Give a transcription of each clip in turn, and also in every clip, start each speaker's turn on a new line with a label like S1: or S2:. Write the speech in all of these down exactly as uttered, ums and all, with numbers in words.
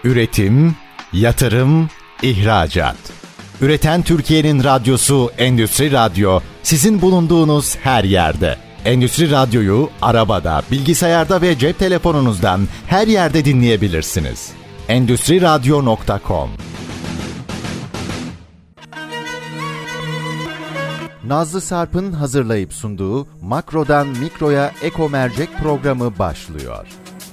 S1: Üretim, yatırım, ihracat. Üreten Türkiye'nin radyosu Endüstri Radyo, sizin bulunduğunuz her yerde. Endüstri Radyo'yu arabada, bilgisayarda ve cep telefonunuzdan her yerde dinleyebilirsiniz. endüstri radyo nokta com. Nazlı Sarp'ın hazırlayıp sunduğu Makro'dan Mikro'ya Eko Mercek programı başlıyor.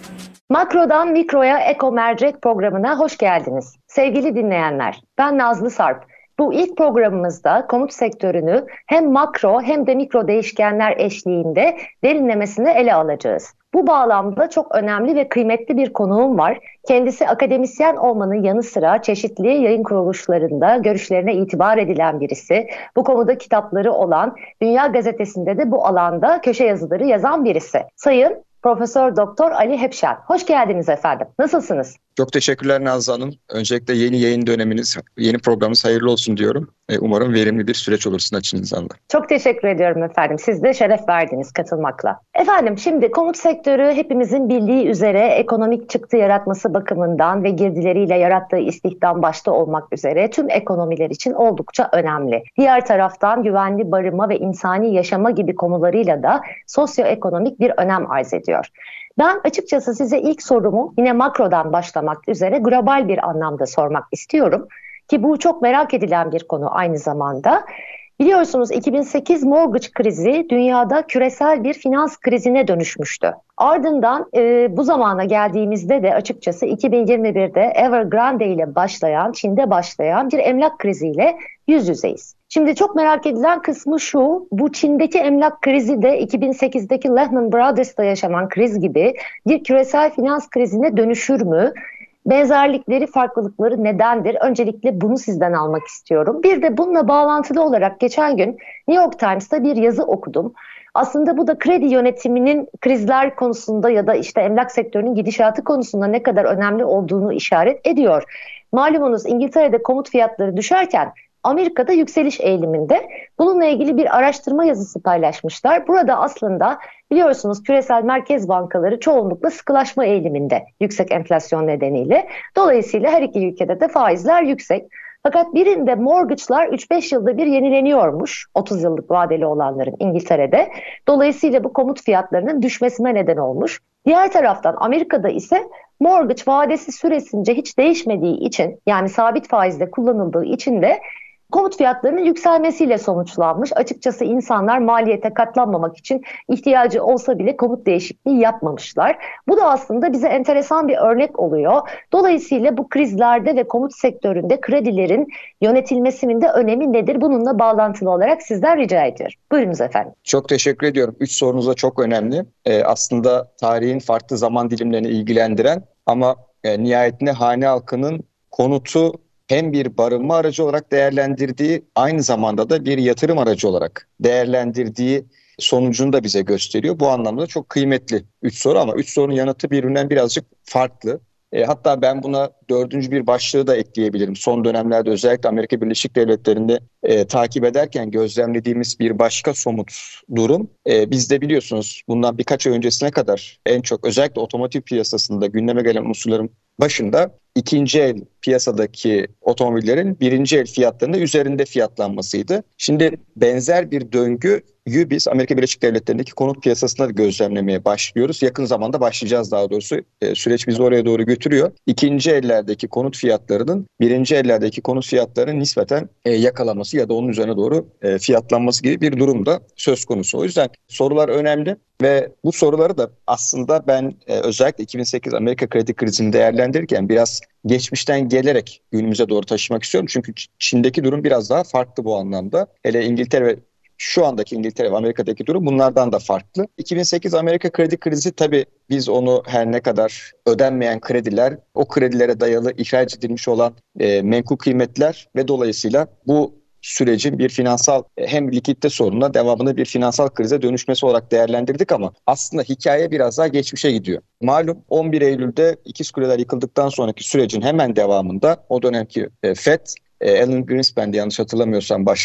S2: Makro'dan Mikro'ya Eko Mercek programına hoş geldiniz. Sevgili dinleyenler, ben Nazlı Sarp. Bu ilk programımızda konut sektörünü hem makro hem de mikro değişkenler eşliğinde derinlemesine ele alacağız. Bu bağlamda çok önemli ve kıymetli bir konuğum var. Kendisi akademisyen olmanın yanı sıra çeşitli yayın kuruluşlarında görüşlerine itibar edilen birisi. Bu konuda kitapları olan, Dünya Gazetesi'nde de bu alanda köşe yazıları yazan birisi. Sayın Profesör Doktor Ali Hepşen. Hoş geldiniz efendim. Nasılsınız?
S3: Çok teşekkürler Nazlı Hanım. Öncelikle yeni yayın döneminiz, yeni programınız hayırlı olsun diyorum. Umarım verimli bir süreç olur sizin açınızdan da.
S2: Çok teşekkür ediyorum efendim. Siz de şeref verdiniz katılmakla. Efendim şimdi konut sektörü hepimizin bildiği üzere ekonomik çıktı yaratması bakımından ve girdileriyle yarattığı istihdam başta olmak üzere tüm ekonomiler için oldukça önemli. Diğer taraftan güvenli barınma ve insani yaşama gibi konularıyla da sosyoekonomik bir önem arz ediyor. Ben açıkçası size ilk sorumu yine makrodan başlamak üzere global bir anlamda sormak istiyorum. Ki bu çok merak edilen bir konu aynı zamanda. Biliyorsunuz iki bin sekiz mortgage krizi dünyada küresel bir finans krizine dönüşmüştü. Ardından e, bu zamana geldiğimizde de açıkçası iki bin yirmi birde Evergrande ile başlayan, Çin'de başlayan bir emlak kriziyle yüz yüzeyiz. Şimdi çok merak edilen kısmı şu, bu Çin'deki emlak krizi de iki bin sekizdeki Lehman Brothers'ta yaşanan kriz gibi bir küresel finans krizine dönüşür mü? Benzerlikleri, farklılıkları nedendir? Öncelikle bunu sizden almak istiyorum. Bir de bununla bağlantılı olarak geçen gün New York Times'ta bir yazı okudum. Aslında bu da kredi yönetiminin krizler konusunda ya da işte emlak sektörünün gidişatı konusunda ne kadar önemli olduğunu işaret ediyor. Malumunuz İngiltere'de konut fiyatları düşerken Amerika'da yükseliş eğiliminde. Bununla ilgili bir araştırma yazısı paylaşmışlar. Burada aslında biliyorsunuz küresel merkez bankaları çoğunlukla sıkılaşma eğiliminde yüksek enflasyon nedeniyle. Dolayısıyla her iki ülkede de faizler yüksek. Fakat birinde mortgage'lar üç beş yılda bir yenileniyormuş, otuz yıllık vadeli olanların İngiltere'de. Dolayısıyla bu konut fiyatlarının düşmesine neden olmuş. Diğer taraftan Amerika'da ise mortgage vadesi süresince hiç değişmediği için, yani sabit faizde kullanıldığı için de konut fiyatlarının yükselmesiyle sonuçlanmış. Açıkçası insanlar maliyete katlanmamak için ihtiyacı olsa bile konut değişikliği yapmamışlar. Bu da aslında bize enteresan bir örnek oluyor. Dolayısıyla bu krizlerde ve konut sektöründe kredilerin yönetilmesinin de önemi nedir? Bununla bağlantılı olarak sizden rica ediyorum. Buyurunuz efendim.
S3: Çok teşekkür ediyorum. Üç sorunuz da çok önemli. Ee, aslında tarihin farklı zaman dilimlerini ilgilendiren ama e, nihayetinde hane halkının konutu hem bir barınma aracı olarak değerlendirdiği, aynı zamanda da bir yatırım aracı olarak değerlendirdiği sonucunu da bize gösteriyor. Bu anlamda çok kıymetli üç soru ama üç sorunun yanıtı birbirinden birazcık farklı. E, hatta ben buna dördüncü bir başlığı da ekleyebilirim. Son dönemlerde özellikle Amerika Birleşik Devletleri'nde e, takip ederken gözlemlediğimiz bir başka somut durum. E, biz de biliyorsunuz bundan birkaç ay öncesine kadar en çok özellikle otomotiv piyasasında gündeme gelen unsurların başında ikinci el piyasadaki otomobillerin birinci el fiyatlarının üzerinde fiyatlanmasıydı. Şimdi benzer bir döngüyü biz Amerika Birleşik Devletleri'ndeki konut piyasasında gözlemlemeye başlıyoruz. Yakın zamanda başlayacağız daha doğrusu. E, süreç bizi oraya doğru götürüyor. İkinci ellerdeki konut fiyatlarının birinci ellerdeki konut fiyatlarının nispeten e, yakalaması ya da onun üzerine doğru e, fiyatlanması gibi bir durum da söz konusu. O yüzden sorular önemli ve bu soruları da aslında ben e, özellikle iki bin sekiz Amerika kredi krizini değerlendirirken biraz geçmişten gelerek günümüze doğru taşımak istiyorum. Çünkü Çin'deki durum biraz daha farklı bu anlamda. Hele İngiltere ve şu andaki İngiltere ve Amerika'daki durum bunlardan da farklı. iki bin sekiz Amerika kredi krizi tabii biz onu her ne kadar ödenmeyen krediler, o kredilere dayalı ihraç edilmiş olan e, menkul kıymetler ve dolayısıyla bu sürecin bir finansal hem likitte sorununa devamında bir finansal krize dönüşmesi olarak değerlendirdik ama aslında hikaye biraz daha geçmişe gidiyor. Malum on bir Eylül'de İkiz Kuleler yıkıldıktan sonraki sürecin hemen devamında o dönemki Fed, Alan Greenspan'di yanlış hatırlamıyorsam başkan,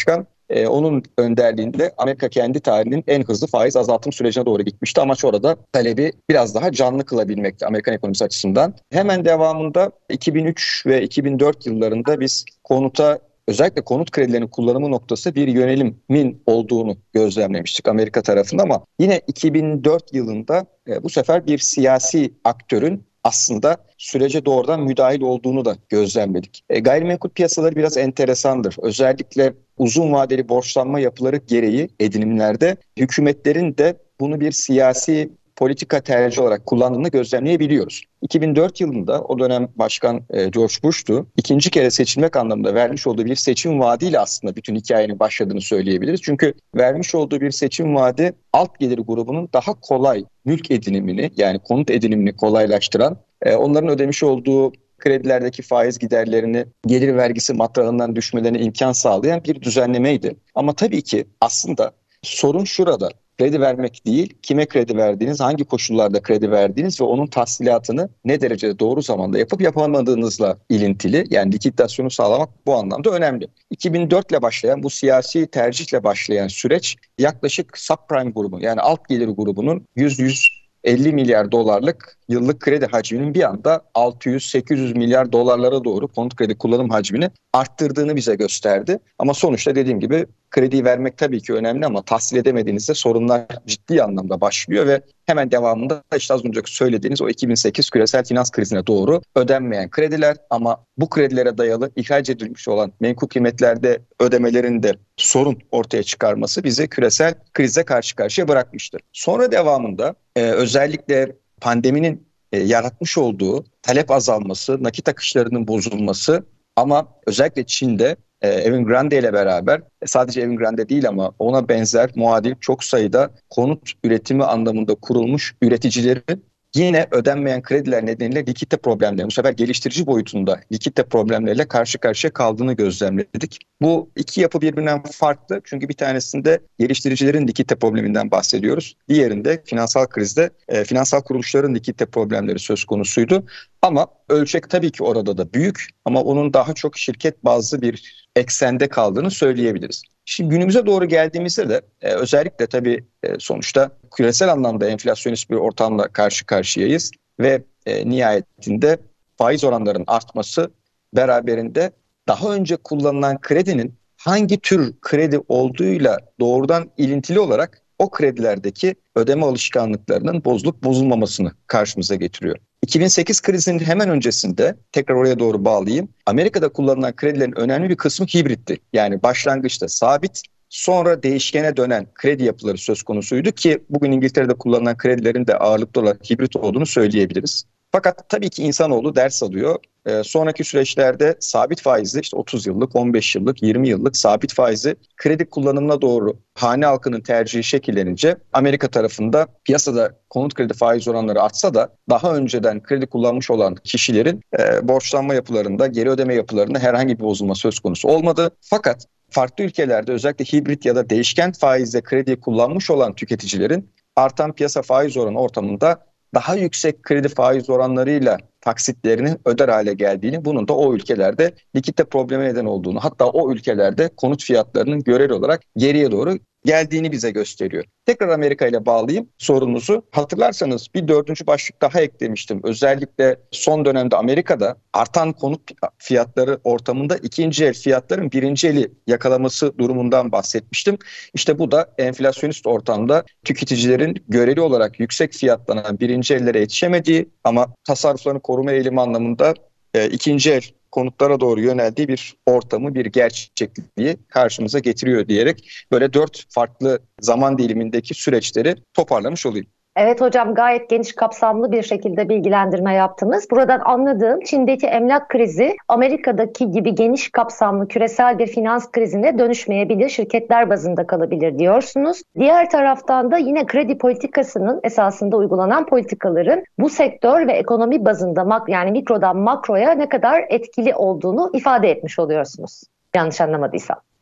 S3: e, onun önderliğinde Amerika kendi tarihinin en hızlı faiz azaltım sürecine doğru gitmişti. Amaç orada talebi biraz daha canlı kılabilmekti Amerikan ekonomisi açısından. Hemen devamında iki bin üç ve iki bin dört yıllarında biz konuta, özellikle konut kredilerinin kullanımı noktası bir yönelimin olduğunu gözlemlemiştik Amerika tarafında, ama yine iki bin dört yılında e, bu sefer bir siyasi aktörün aslında sürece doğrudan müdahil olduğunu da gözlemledik. E, gayrimenkul piyasaları biraz enteresandır. Özellikle uzun vadeli borçlanma yapıları gereği edinimlerde hükümetlerin de bunu bir siyasi politika tercihi olarak kullandığını gözlemleyebiliyoruz. iki bin dört yılında o dönem Başkan George Bush'tu. İkinci kere seçilmek anlamında vermiş olduğu bir seçim vaadiyle aslında bütün hikayenin başladığını söyleyebiliriz. Çünkü vermiş olduğu bir seçim vaadi alt gelir grubunun daha kolay mülk edinimini, yani konut edinimini kolaylaştıran, onların ödemiş olduğu kredilerdeki faiz giderlerini, gelir vergisi matrağından düşmelerine imkan sağlayan bir düzenlemeydi. Ama tabii ki aslında sorun şurada. Kredi vermek değil, kime kredi verdiğiniz, hangi koşullarda kredi verdiğiniz ve onun tahsilatını ne derecede doğru zamanda yapıp yapamadığınızla ilintili. Yani likiditasyonu sağlamak bu anlamda önemli. iki bin dört ile başlayan, bu siyasi tercihle başlayan süreç yaklaşık subprime grubu, yani alt gelir grubunun yüz yüz elli milyar dolarlık yıllık kredi hacminin bir anda altı yüz sekiz yüz milyar dolarlara doğru konut kredi kullanım hacmini arttırdığını bize gösterdi. Ama sonuçta dediğim gibi krediyi vermek tabii ki önemli, ama tahsil edemediğinizde sorunlar ciddi anlamda başlıyor ve hemen devamında işte az önce söylediğiniz o iki bin sekiz küresel finans krizine doğru ödenmeyen krediler, ama bu kredilere dayalı ihraç edilmiş olan menkul kıymetlerde ödemelerin de sorun ortaya çıkarması bizi küresel krize karşı karşıya bırakmıştır. Sonra devamında e, özellikle pandeminin e, yaratmış olduğu talep azalması, nakit akışlarının bozulması, ama özellikle Çin'de e, Evergrande ile beraber e, sadece Evergrande değil ama ona benzer muadil çok sayıda konut üretimi anlamında kurulmuş üreticilerin yine ödenmeyen krediler nedeniyle likidite problemleri, bu sefer geliştirici boyutunda likidite problemleriyle karşı karşıya kaldığını gözlemledik. Bu iki yapı birbirinden farklı, çünkü bir tanesinde geliştiricilerin likidite probleminden bahsediyoruz. Diğerinde finansal krizde e, finansal kuruluşların likidite problemleri söz konusuydu. Ama ölçek tabii ki orada da büyük, ama onun daha çok şirket bazlı bir eksende kaldığını söyleyebiliriz. Şimdi günümüze doğru geldiğimizde de e, özellikle tabii e, sonuçta küresel anlamda enflasyonist bir ortamla karşı karşıyayız ve e, nihayetinde faiz oranlarının artması beraberinde daha önce kullanılan kredinin hangi tür kredi olduğuyla doğrudan ilintili olarak o kredilerdeki ödeme alışkanlıklarının bozulup bozulmamasını karşımıza getiriyor. iki bin sekiz krizinin hemen öncesinde, tekrar oraya doğru bağlayayım, Amerika'da kullanılan kredilerin önemli bir kısmı hibritti. Yani başlangıçta sabit, sonra değişkene dönen kredi yapıları söz konusuydu ki bugün İngiltere'de kullanılan kredilerin de ağırlıklı olarak hibrit olduğunu söyleyebiliriz. Fakat tabii ki insanoğlu ders alıyor. Ee, sonraki süreçlerde sabit faizli, işte otuz yıllık, on beş yıllık, yirmi yıllık sabit faizli kredi kullanımına doğru hane halkının tercihi şekillenince Amerika tarafında piyasada konut kredi faiz oranları artsa da daha önceden kredi kullanmış olan kişilerin e, borçlanma yapılarında, geri ödeme yapılarında herhangi bir bozulma söz konusu olmadı. Fakat farklı ülkelerde özellikle hibrit ya da değişken faizle kredi kullanmış olan tüketicilerin artan piyasa faiz oranı ortamında daha yüksek kredi faiz oranlarıyla taksitlerini öder hale geldiğini, bunun da o ülkelerde likidite problemi neden olduğunu, hatta o ülkelerde konut fiyatlarının göreli olarak geriye doğru geldiğini bize gösteriyor. Tekrar Amerika ile bağlayayım sorumuzu. Hatırlarsanız bir dördüncü başlık daha eklemiştim. Özellikle son dönemde Amerika'da artan konut fiyatları ortamında ikinci el fiyatların birinci eli yakalaması durumundan bahsetmiştim. İşte bu da enflasyonist ortamda tüketicilerin göreli olarak yüksek fiyatlanan birinci ellere yetişemediği ama tasarruflarını koruma eğilimi anlamında e, ikinci el konutlara doğru yöneldiği bir ortamı, bir gerçekliği karşımıza getiriyor diyerek böyle dört farklı zaman dilimindeki süreçleri toparlamış olayım.
S2: Evet hocam, gayet geniş kapsamlı bir şekilde bilgilendirme yaptınız. Buradan anladığım, Çin'deki emlak krizi Amerika'daki gibi geniş kapsamlı küresel bir finans krizine dönüşmeyebilir, şirketler bazında kalabilir diyorsunuz. Diğer taraftan da yine kredi politikasının esasında uygulanan politikaların bu sektör ve ekonomi bazında yani mikrodan makroya ne kadar etkili olduğunu ifade etmiş oluyorsunuz. Yanlış anlamadıysam.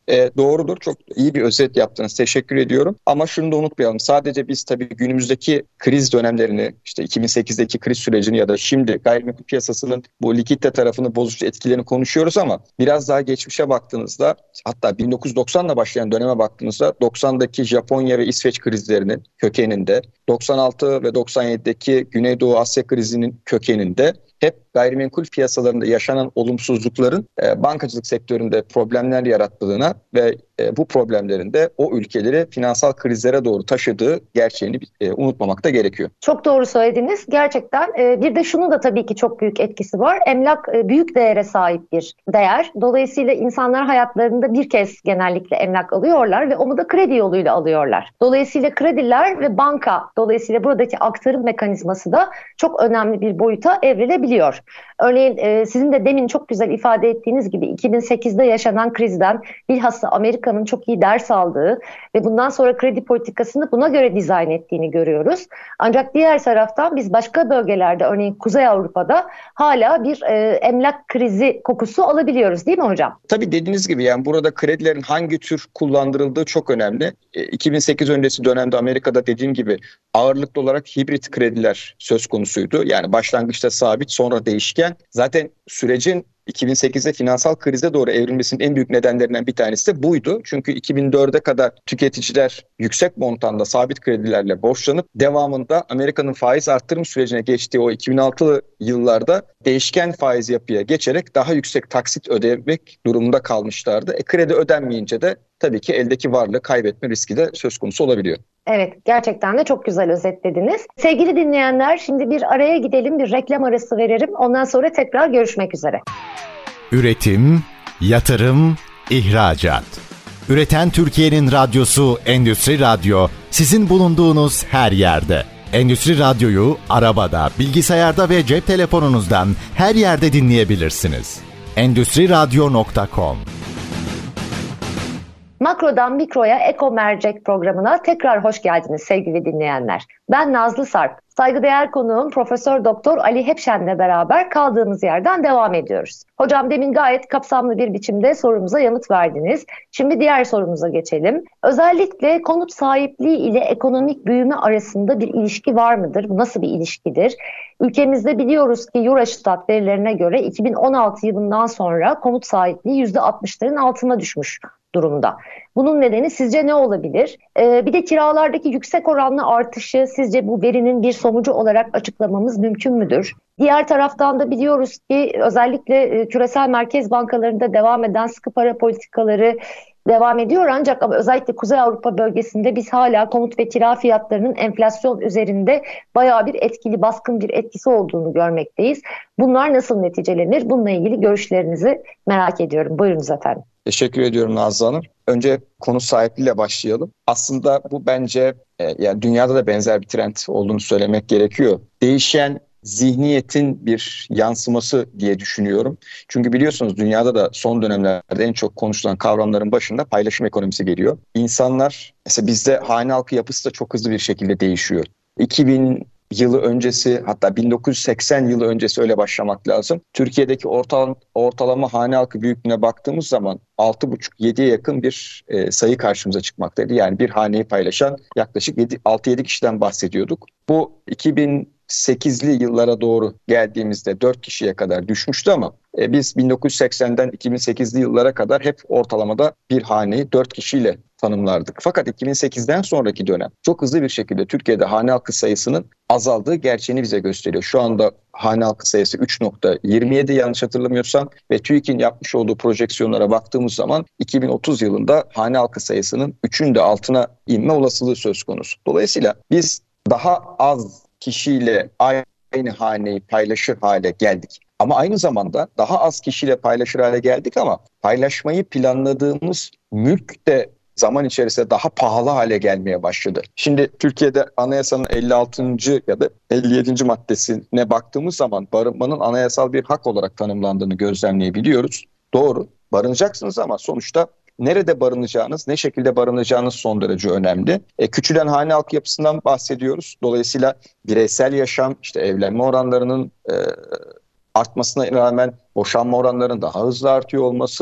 S3: E, doğrudur. Çok iyi bir özet yaptınız. Teşekkür ediyorum. Ama şunu da unutmayalım. Sadece biz tabii günümüzdeki kriz dönemlerini, işte iki bin sekizdeki kriz sürecini ya da şimdi gayrimenkul piyasasının bu likidite tarafını bozucu etkilerini konuşuyoruz ama biraz daha geçmişe baktığınızda, hatta bin dokuz yüz doksanla başlayan döneme baktığınızda doksan'daki Japonya ve İsveç krizlerinin kökeninde, doksan altı ve doksan yedideki Güneydoğu Asya krizinin kökeninde hep gayrimenkul piyasalarında yaşanan olumsuzlukların e, bankacılık sektöründe problemler yarattığına ve e, bu problemlerin de o ülkeleri finansal krizlere doğru taşıdığı gerçeğini e, unutmamak da gerekiyor.
S2: Çok doğru söylediniz. Gerçekten e, bir de şunun da tabii ki çok büyük etkisi var. Emlak e, büyük değere sahip bir değer. Dolayısıyla insanlar hayatlarında bir kez genellikle emlak alıyorlar ve onu da kredi yoluyla alıyorlar. Dolayısıyla krediler ve banka, dolayısıyla buradaki aktarım mekanizması da çok önemli bir boyuta evrilebiliyor. Örneğin e, sizin de demin çok güzel ifade ettiğiniz gibi iki bin sekizde yaşanan krizden bilhassa Amerika'nın çok iyi ders aldığı ve bundan sonra kredi politikasını buna göre dizayn ettiğini görüyoruz. Ancak diğer taraftan biz başka bölgelerde, örneğin Kuzey Avrupa'da hala bir e, emlak krizi kokusu alabiliyoruz, değil mi hocam?
S3: Tabii dediğiniz gibi yani burada kredilerin hangi tür kullandırıldığı çok önemli. E, iki bin sekiz öncesi dönemde Amerika'da dediğim gibi ağırlıklı olarak hibrit krediler söz konusuydu. Yani başlangıçta sabit, sonra değişken. Zaten sürecin iki bin sekizde finansal krize doğru evrilmesinin en büyük nedenlerinden bir tanesi de buydu. Çünkü iki bin dörde kadar tüketiciler yüksek montanda sabit kredilerle borçlanıp devamında Amerika'nın faiz arttırım sürecine geçtiği o iki bin altılı yıllarda değişken faiz yapıya geçerek daha yüksek taksit ödemek durumunda kalmışlardı. E, kredi ödenmeyince de tabii ki eldeki varlığı kaybetme riski de söz konusu olabiliyor.
S2: Evet, gerçekten de çok güzel özetlediniz. Sevgili dinleyenler, şimdi bir araya gidelim, bir reklam arası verelim. Ondan sonra tekrar görüşmek üzere.
S1: Üretim, yatırım, ihracat. Üreten Türkiye'nin radyosu Endüstri Radyo, sizin bulunduğunuz her yerde. Endüstri Radyo'yu arabada, bilgisayarda ve cep telefonunuzdan her yerde dinleyebilirsiniz. endüstri radyo nokta com.
S2: Makrodan Mikro'ya Eko Mercek programına tekrar hoş geldiniz sevgili dinleyenler. Ben Nazlı Sarp. Saygıdeğer konuğum Profesör Doktor Ali Hepşen'le beraber kaldığımız yerden devam ediyoruz. Hocam demin gayet kapsamlı bir biçimde sorumuza yanıt verdiniz. Şimdi diğer sorumuza geçelim. Özellikle konut sahipliği ile ekonomik büyüme arasında bir ilişki var mıdır? Bu nasıl bir ilişkidir? Ülkemizde biliyoruz ki Eurostat verilerine göre iki bin on altı yılından sonra konut sahipliği yüzde altmışların altına düşmüş durumda. Bunun nedeni sizce ne olabilir? Ee, bir de kiralardaki yüksek oranlı artışı sizce bu verinin bir sonucu olarak açıklamamız mümkün müdür? Diğer taraftan da biliyoruz ki özellikle e, küresel merkez bankalarında devam eden sıkı para politikaları devam ediyor ancak ama özellikle Kuzey Avrupa bölgesinde biz hala konut ve kira fiyatlarının enflasyon üzerinde bayağı bir etkili, baskın bir etkisi olduğunu görmekteyiz. Bunlar nasıl neticelenir? Bununla ilgili görüşlerinizi merak ediyorum. Buyurunuz efendim.
S3: Teşekkür ediyorum Nazlı Hanım. Önce konut sahipliğiyle başlayalım. Aslında bu bence e, yani dünyada da benzer bir trend olduğunu söylemek gerekiyor. Değişen zihniyetin bir yansıması diye düşünüyorum. Çünkü biliyorsunuz dünyada da son dönemlerde en çok konuşulan kavramların başında paylaşım ekonomisi geliyor. İnsanlar, mesela bizde hane halkı yapısı da çok hızlı bir şekilde değişiyor. iki bin yılı öncesi, hatta bin dokuz yüz seksen yılı öncesi öyle başlamak lazım. Türkiye'deki ortalama, ortalama hane halkı büyüklüğüne baktığımız zaman altı buçuk yediye yakın bir e, sayı karşımıza çıkmaktaydı. Yani bir haneyi paylaşan yaklaşık altı yedi kişiden bahsediyorduk. Bu iki bin sekizli yıllara doğru geldiğimizde dört kişiye kadar düşmüştü ama e, biz bin dokuz yüz seksenden iki bin sekizli yıllara kadar hep ortalamada bir haneyi dört kişiyle tanımlardık. Fakat iki bin sekizden sonraki dönem çok hızlı bir şekilde Türkiye'de hane halkı sayısının azaldığı gerçeğini bize gösteriyor. Şu anda hane halkı sayısı üç nokta yirmi yedi yanlış hatırlamıyorsam ve TÜİK'in yapmış olduğu projeksiyonlara baktığımız zaman iki bin otuz yılında hane halkı sayısının üçün de altına inme olasılığı söz konusu. Dolayısıyla biz daha az kişiyle aynı haneyi paylaşır hale geldik. Ama aynı zamanda daha az kişiyle paylaşır hale geldik ama paylaşmayı planladığımız mülk de zaman içerisinde daha pahalı hale gelmeye başladı. Şimdi Türkiye'de anayasanın elli altıncı ya da elli yedinci maddesine baktığımız zaman barınmanın anayasal bir hak olarak tanımlandığını gözlemleyebiliyoruz. Doğru, barınacaksınız ama sonuçta nerede barınacağınız, ne şekilde barınacağınız son derece önemli. E, küçülen hane halkı yapısından bahsediyoruz. Dolayısıyla bireysel yaşam, işte evlenme oranlarının e, artmasına rağmen boşanma oranlarının daha hızlı artıyor olması,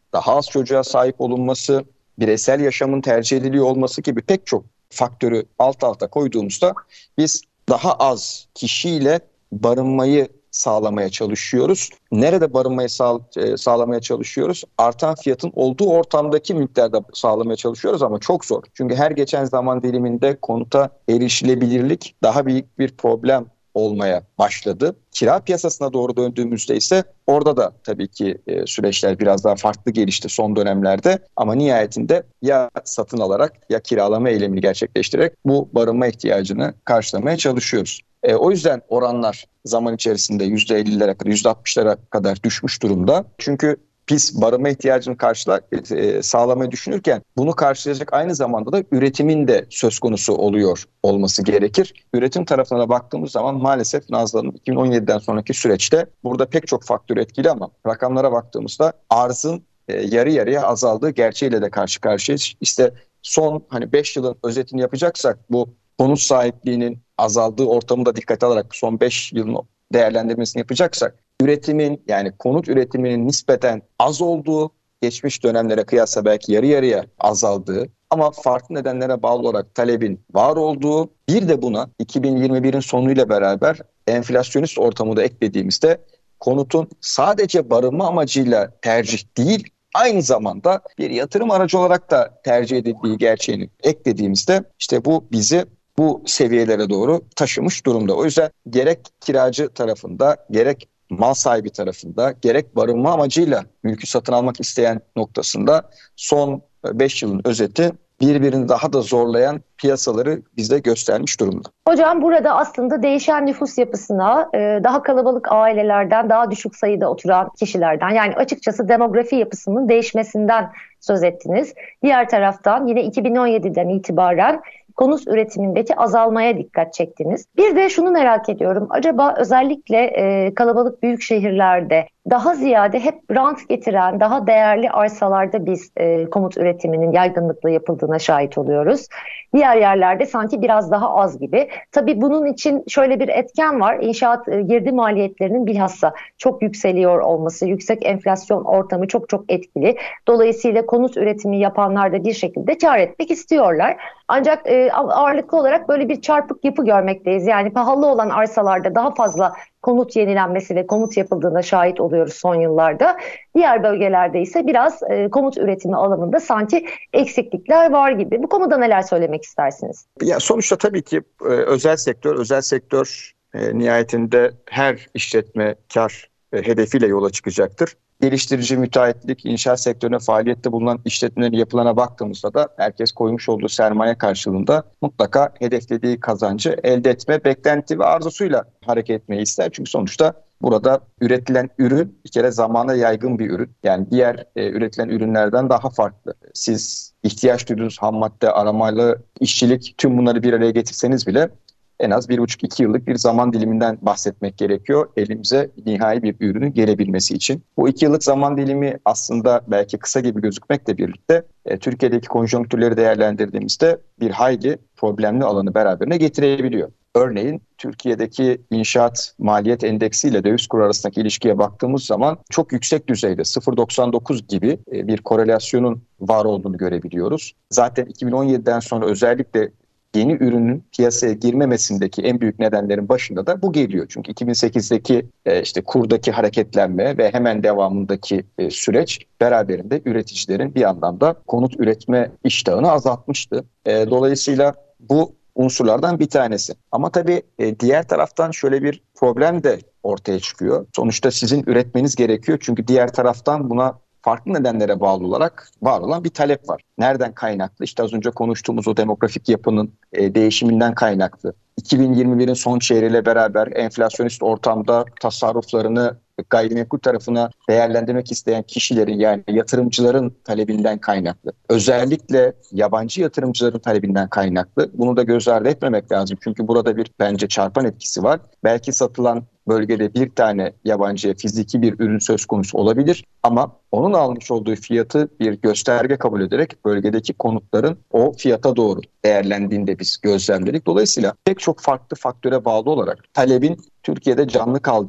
S3: daha az çocuğa sahip olunması, bireysel yaşamın tercih ediliyor olması gibi pek çok faktörü alt alta koyduğumuzda biz daha az kişiyle barınmayı sağlamaya çalışıyoruz. Nerede barınmayı sağ, e, sağlamaya çalışıyoruz? Artan fiyatın olduğu ortamdaki miktarda sağlamaya çalışıyoruz ama çok zor. Çünkü her geçen zaman diliminde konuta erişilebilirlik daha büyük bir problem olmaya başladı. Kira piyasasına doğru döndüğümüzde ise orada da tabii ki e, süreçler biraz daha farklı gelişti son dönemlerde. Ama nihayetinde ya satın alarak ya kiralama eylemini gerçekleştirerek bu barınma ihtiyacını karşılamaya çalışıyoruz. E, o yüzden oranlar zaman içerisinde yüzde ellilere kadar, yüzde altmışlara kadar düşmüş durumda. Çünkü biz barınma ihtiyacını karşıla, e, sağlamayı düşünürken bunu karşılayacak aynı zamanda da üretimin de söz konusu oluyor olması gerekir. Üretim tarafına da baktığımız zaman maalesef Nazlı Hanım iki bin on yediden sonraki süreçte burada pek çok faktör etkili ama rakamlara baktığımızda arzın e, yarı yarıya azaldığı gerçeğiyle de karşı karşıyayız. İşte son hani beş yılın özetini yapacaksak bu konut sahipliğinin azaldığı ortamı da dikkate alarak son beş yılın değerlendirmesini yapacaksak üretimin yani konut üretiminin nispeten az olduğu, geçmiş dönemlere kıyasla belki yarı yarıya azaldığı ama farklı nedenlere bağlı olarak talebin var olduğu, bir de buna iki bin yirmi birin sonuyla beraber enflasyonist ortamı da eklediğimizde konutun sadece barınma amacıyla tercih değil, aynı zamanda bir yatırım aracı olarak da tercih edildiği gerçeğini eklediğimizde işte bu bizi bu seviyelere doğru taşımış durumda. O yüzden gerek kiracı tarafında, gerek mal sahibi tarafında, gerek barınma amacıyla mülkü satın almak isteyen noktasında son beş yılın özeti birbirini daha da zorlayan piyasaları bize göstermiş durumda.
S2: Hocam burada aslında değişen nüfus yapısına, daha kalabalık ailelerden, daha düşük sayıda oturan kişilerden, yani açıkçası demografi yapısının değişmesinden söz ettiniz. Diğer taraftan yine iki bin on yediden itibaren konut üretimindeki azalmaya dikkat çektiniz. Bir de şunu merak ediyorum. Acaba özellikle e, kalabalık büyük şehirlerde daha ziyade hep rant getiren, daha değerli arsalarda biz e, konut üretiminin yaygınlıkla yapıldığına şahit oluyoruz. Diğer yerlerde sanki biraz daha az gibi. Tabii bunun için şöyle bir etken var. İnşaat e, girdi maliyetlerinin bilhassa çok yükseliyor olması, yüksek enflasyon ortamı çok çok etkili. Dolayısıyla konut üretimi yapanlar da bir şekilde kar etmek istiyorlar. Ancak e, ağırlıklı olarak böyle bir çarpık yapı görmekteyiz. Yani pahalı olan arsalarda daha fazla konut yenilenmesi ve konut yapıldığına şahit oluyoruz son yıllarda. Diğer bölgelerde ise biraz e, konut üretimi alanında sanki eksiklikler var gibi. Bu konuda neler söylemek istersiniz?
S3: Ya sonuçta tabii ki e, özel sektör, özel sektör e, nihayetinde her işletme kar e, hedefiyle yola çıkacaktır. Geliştirici, müteahhitlik, inşaat sektörüne faaliyette bulunan işletmelerin yapılana baktığımızda da herkes koymuş olduğu sermaye karşılığında mutlaka hedeflediği kazancı elde etme, beklenti ve arzusuyla hareket etmeyi ister. Çünkü sonuçta burada üretilen ürün bir kere zamana yaygın bir ürün. Yani diğer e, üretilen ürünlerden daha farklı. Siz ihtiyaç duyduğunuz ham madde, aramalı, işçilik tüm bunları bir araya getirseniz bile en az bir buçuk iki yıllık bir zaman diliminden bahsetmek gerekiyor elimize nihai bir ürünün gelebilmesi için. Bu iki yıllık zaman dilimi aslında belki kısa gibi gözükmekle birlikte e, Türkiye'deki konjonktürleri değerlendirdiğimizde bir hayli problemli alanı beraberine getirebiliyor. Örneğin Türkiye'deki inşaat maliyet endeksiyle döviz kuru arasındaki ilişkiye baktığımız zaman çok yüksek düzeyde sıfır virgül doksan dokuz gibi bir korelasyonun var olduğunu görebiliyoruz. Zaten iki bin on yediden sonra özellikle yeni ürünün piyasaya girmemesindeki en büyük nedenlerin başında da bu geliyor. Çünkü iki bin sekizdeki e, işte kurdaki hareketlenme ve hemen devamındaki e, süreç beraberinde üreticilerin bir anlamda konut üretme iştahını azaltmıştı. E, dolayısıyla bu unsurlardan bir tanesi. Ama tabii e, diğer taraftan şöyle bir problem de ortaya çıkıyor. Sonuçta sizin üretmeniz gerekiyor çünkü diğer taraftan buna farklı nedenlere bağlı olarak var olan bir talep var. Nereden kaynaklı? İşte az önce konuştuğumuz o demografik yapının e, değişiminden kaynaklı. iki bin yirmi birin son çeyreğiyle beraber enflasyonist ortamda tasarruflarını gayrimenkul tarafına değerlendirmek isteyen kişilerin yani yatırımcıların talebinden kaynaklı. Özellikle yabancı yatırımcıların talebinden kaynaklı. Bunu da göz ardı etmemek lazım. Çünkü burada bir bence çarpan etkisi var. Belki satılan bölgede bir tane yabancıya fiziki bir ürün söz konusu olabilir ama onun almış olduğu fiyatı bir gösterge kabul ederek bölgedeki konutların o fiyata doğru değerlendiğini de biz gözlemledik. Dolayısıyla pek çok farklı faktöre bağlı olarak talebin Türkiye'de canlı kaldığını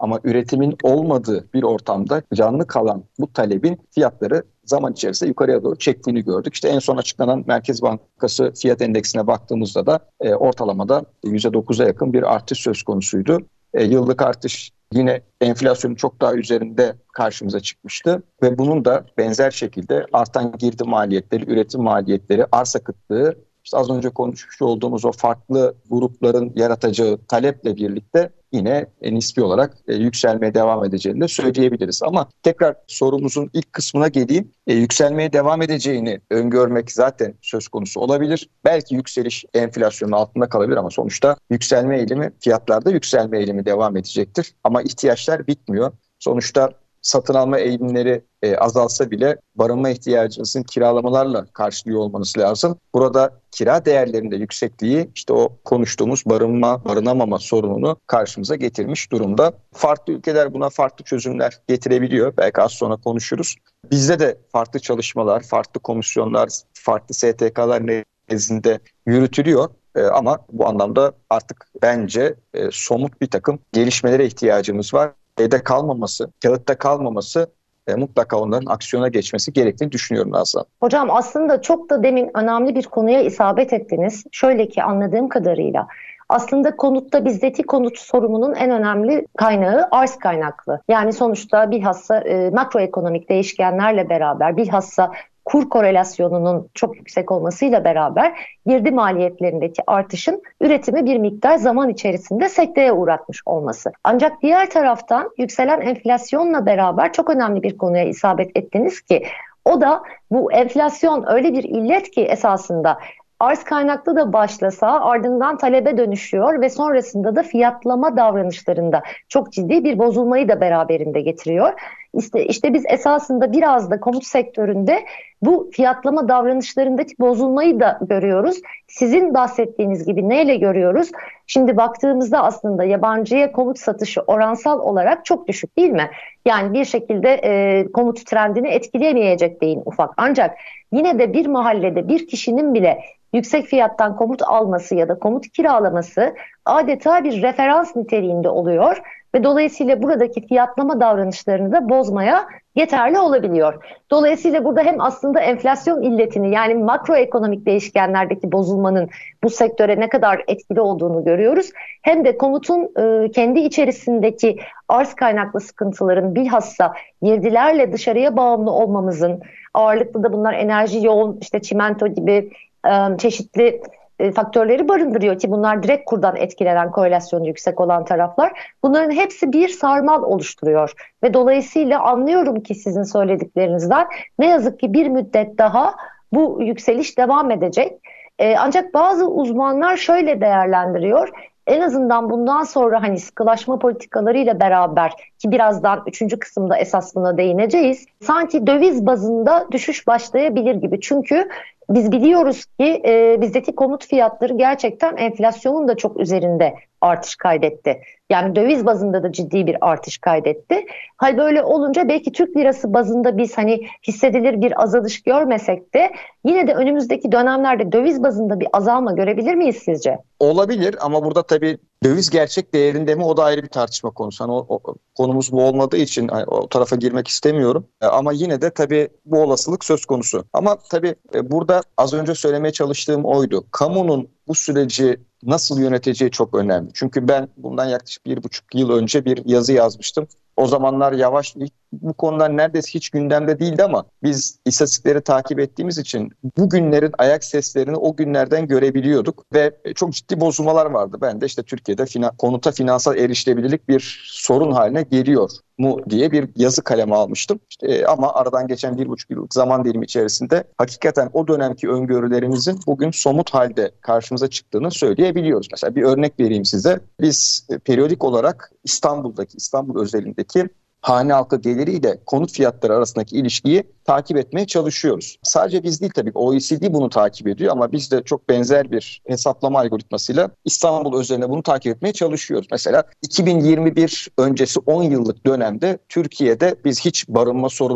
S3: Ama üretimin olmadığı bir ortamda canlı kalan bu talebin fiyatları zaman içerisinde yukarıya doğru çektiğini gördük. İşte en son açıklanan Merkez Bankası fiyat endeksine baktığımızda da e, ortalamada yüzde dokuza yakın bir artış söz konusuydu. E, yıllık artış yine enflasyonun çok daha üzerinde karşımıza çıkmıştı ve bunun da benzer şekilde artan girdi maliyetleri, üretim maliyetleri, arsa kıtlığı, İşte az önce konuşmuş olduğumuz o farklı grupların yaratacağı taleple birlikte yine nispi olarak e, yükselmeye devam edeceğini de söyleyebiliriz. Ama tekrar sorumuzun ilk kısmına geleyim. E, yükselmeye devam edeceğini öngörmek zaten söz konusu olabilir. Belki yükseliş enflasyonun altında kalabilir ama sonuçta yükselme eğilimi, fiyatlarda yükselme eğilimi devam edecektir. Ama ihtiyaçlar bitmiyor. Sonuçta satın alma eğilimleri e, azalsa bile barınma ihtiyacınızın kiralamalarla karşılıyor olmanız lazım. Burada kira değerlerinde yüksekliği işte o konuştuğumuz barınma, barınamama sorununu karşımıza getirmiş durumda. Farklı ülkeler buna farklı çözümler getirebiliyor. Belki az sonra konuşuruz. Bizde de farklı çalışmalar, farklı komisyonlar, farklı S T K'lar nezdinde yürütülüyor. E, ama bu anlamda artık bence e, somut bir takım gelişmelere ihtiyacımız var. Evde kalmaması, kağıtta kalmaması e, mutlaka onların aksiyona geçmesi gerektiğini düşünüyorum Nazlı.
S2: Hocam aslında çok da demin önemli bir konuya isabet ettiniz. Şöyle ki anladığım kadarıyla aslında konutta bizdeki konut sorununun en önemli kaynağı arz kaynaklı. Yani sonuçta bilhassa e, makroekonomik değişkenlerle beraber bilhassa kur korelasyonunun çok yüksek olmasıyla beraber girdi maliyetlerindeki artışın üretimi bir miktar zaman içerisinde sekteye uğratmış olması. Ancak diğer taraftan yükselen enflasyonla beraber çok önemli bir konuya isabet ettiniz ki o da bu enflasyon öyle bir illet ki esasında arz kaynaklı da başlasa ardından talebe dönüşüyor ve sonrasında da fiyatlama davranışlarında çok ciddi bir bozulmayı da beraberinde getiriyor. İşte, işte biz esasında biraz da konut sektöründe bu fiyatlama davranışlarındaki bozulmayı da görüyoruz. Sizin bahsettiğiniz gibi neyle görüyoruz? Şimdi baktığımızda aslında yabancıya konut satışı oransal olarak çok düşük değil mi? Yani bir şekilde e, konut trendini etkileyemeyecek deyin ufak. Ancak yine de bir mahallede bir kişinin bile yüksek fiyattan konut alması ya da konut kiralaması adeta bir referans niteliğinde oluyor ve dolayısıyla buradaki fiyatlama davranışlarını da bozmaya yeterli olabiliyor. Dolayısıyla burada hem aslında enflasyon illetini yani makroekonomik değişkenlerdeki bozulmanın bu sektöre ne kadar etkili olduğunu görüyoruz. Hem de konutun e, kendi içerisindeki arz kaynaklı sıkıntıların bilhassa girdilerle dışarıya bağımlı olmamızın, ağırlıklı da bunlar enerji yoğun işte çimento gibi e, çeşitli faktörleri barındırıyor ki bunlar direkt kurdan etkilenen korelasyonu yüksek olan taraflar. Bunların hepsi bir sarmal oluşturuyor ve dolayısıyla anlıyorum ki sizin söylediklerinizden ne yazık ki bir müddet daha bu yükseliş devam edecek. Ee, ancak bazı uzmanlar şöyle değerlendiriyor. En azından bundan sonra hani sıkılaşma politikalarıyla beraber ki birazdan üçüncü kısımda esas buna değineceğiz. Sanki döviz bazında düşüş başlayabilir gibi. Çünkü biz biliyoruz ki e, bizdeki konut fiyatları gerçekten enflasyonun da çok üzerinde artış kaydetti. Yani döviz bazında da ciddi bir artış kaydetti. Hal böyle olunca belki Türk lirası bazında biz hani hissedilir bir azalış görmesek de yine de önümüzdeki dönemlerde döviz bazında bir azalma görebilir miyiz sizce?
S3: Olabilir ama burada tabii döviz gerçek değerinde mi o da ayrı bir tartışma konusu. Hani o, o, konumuz bu olmadığı için hani o tarafa girmek istemiyorum. E, ama yine de tabii bu olasılık söz konusu. Ama tabii e, burada az önce söylemeye çalıştığım oydu. Kamunun bu süreci nasıl yöneteceği çok önemli. Çünkü ben bundan yaklaşık bir buçuk yıl önce bir yazı yazmıştım. O zamanlar yavaş bu konular neredeyse hiç gündemde değildi ama biz istatistikleri takip ettiğimiz için bu günlerin ayak seslerini o günlerden görebiliyorduk ve çok ciddi bozulmalar vardı. Ben de işte Türkiye'de fina, konuta finansal erişilebilirlik bir sorun haline geliyor mu diye bir yazı kaleme almıştım. İşte, ama aradan geçen bir buçuk yıllık zaman dilimi içerisinde hakikaten o dönemki öngörülerimizin bugün somut halde karşımıza çıktığını söyleyebiliyoruz. Mesela bir örnek vereyim size. Biz periyodik olarak İstanbul'daki, İstanbul özelindeki hane halkı geliriyle konut fiyatları arasındaki ilişkiyi takip etmeye çalışıyoruz. Sadece biz değil tabii, O E C D bunu takip ediyor ama biz de çok benzer bir hesaplama algoritmasıyla İstanbul özelinde bunu takip etmeye çalışıyoruz. Mesela iki bin yirmi bir öncesi on yıllık dönemde Türkiye'de biz hiç barınma sorunu